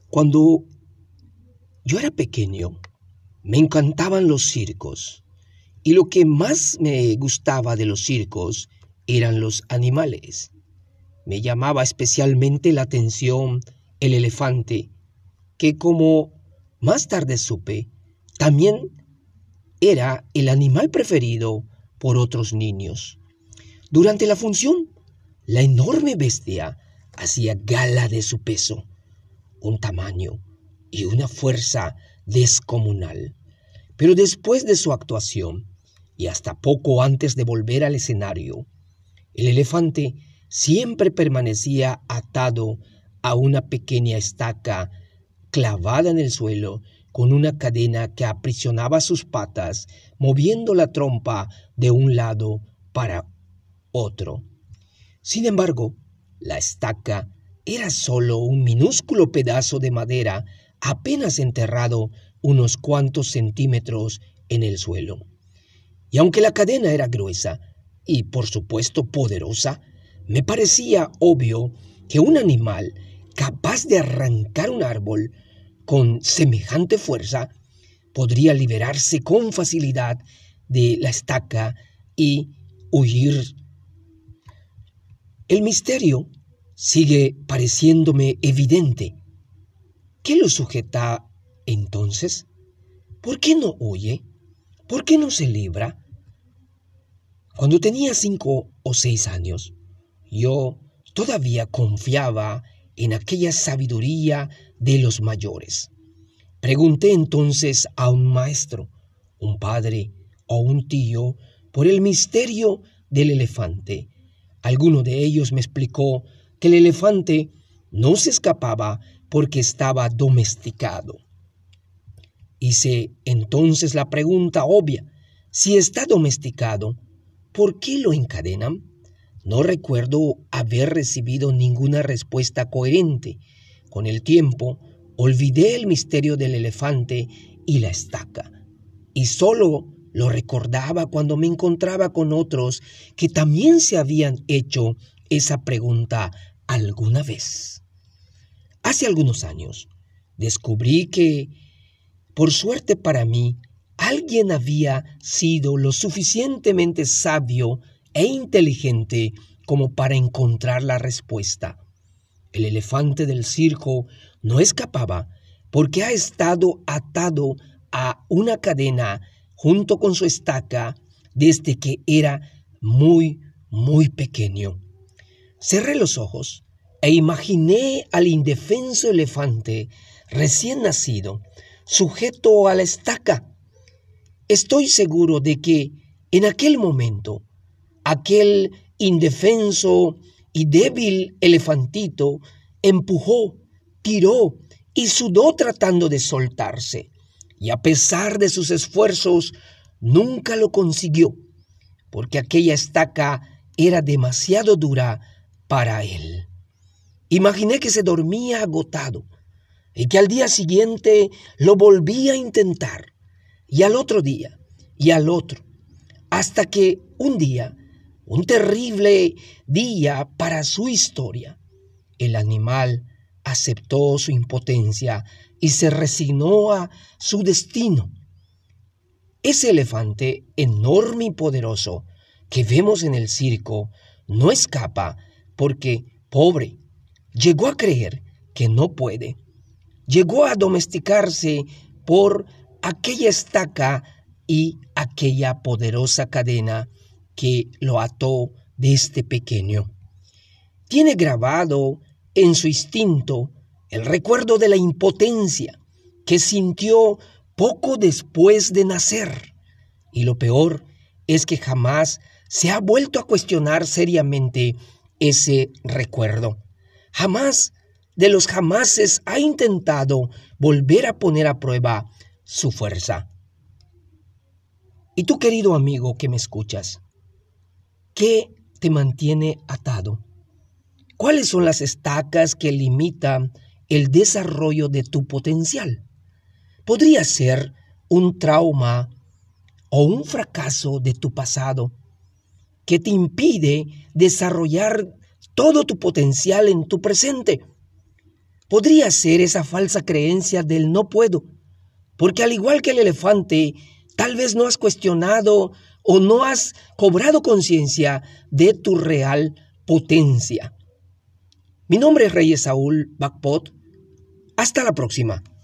Cuando yo era pequeño, me encantaban los circos y lo que más me gustaba de los circos eran los animales. Me llamaba especialmente la atención el elefante, que como más tarde supe, también era el animal preferido por otros niños. Durante la función, la enorme bestia hacía gala de su peso, un tamaño y una fuerza descomunal. Pero después de su actuación, y hasta poco antes de volver al escenario, el elefante siempre permanecía atado a una pequeña estaca clavada en el suelo con una cadena que aprisionaba sus patas, moviendo la trompa de un lado para otro. Sin embargo, la estaca era solo un minúsculo pedazo de madera apenas enterrado unos cuantos centímetros en el suelo. Y aunque la cadena era gruesa y por supuesto poderosa, me parecía obvio que un animal capaz de arrancar un árbol con semejante fuerza podría liberarse con facilidad de la estaca y huir. El misterio sigue pareciéndome evidente. ¿Qué lo sujeta entonces? ¿Por qué no huye? ¿Por qué no se libra? Cuando tenía 5 o 6 años, yo todavía confiaba en aquella sabiduría de los mayores. Pregunté entonces a un maestro, un padre o un tío por el misterio del elefante. Alguno de ellos me explicó que el elefante no se escapaba porque estaba domesticado. Hice entonces la pregunta obvia: si está domesticado, ¿por qué lo encadenan? No recuerdo haber recibido ninguna respuesta coherente. Con el tiempo, olvidé el misterio del elefante y la estaca, y solo lo recordaba cuando me encontraba con otros que también se habían hecho esa pregunta alguna vez. Hace algunos años, descubrí que, por suerte para mí, alguien había sido lo suficientemente sabio e inteligente como para encontrar la respuesta. El elefante del circo no escapaba porque ha estado atado a una cadena junto con su estaca desde que era muy pequeño. Cerré los ojos e imaginé al indefenso elefante recién nacido, sujeto a la estaca. Estoy seguro de que en aquel momento, aquel indefenso y débil elefantito empujó, tiró y sudó tratando de soltarse. Y a pesar de sus esfuerzos, nunca lo consiguió, porque aquella estaca era demasiado dura para él. Imaginé que se dormía agotado y que al día siguiente lo volvía a intentar, y al otro día, y al otro, hasta que un día, un terrible día para su historia, el animal aceptó su impotencia y se resignó a su destino. Ese elefante enorme y poderoso que vemos en el circo no escapa porque, pobre, llegó a creer que no puede. Llegó a domesticarse por aquella estaca y aquella poderosa cadena que lo ató desde pequeño. Tiene grabado en su instinto el recuerdo de la impotencia que sintió poco después de nacer. Y lo peor es que jamás se ha vuelto a cuestionar seriamente ese recuerdo. Jamás de los jamases ha intentado volver a poner a prueba su fuerza. Y tú, querido amigo que me escuchas, ¿qué te mantiene atado? ¿Cuáles son las estacas que limitan el desarrollo de tu potencial? Podría ser un trauma o un fracaso de tu pasado que te impide desarrollar todo tu potencial en tu presente. podría ser esa falsa creencia del no puedo, porque al igual que el elefante, tal vez no has cuestionado o no has cobrado conciencia de tu real potencia. Mi nombre es Reyes Saúl Bakpot. Hasta la próxima.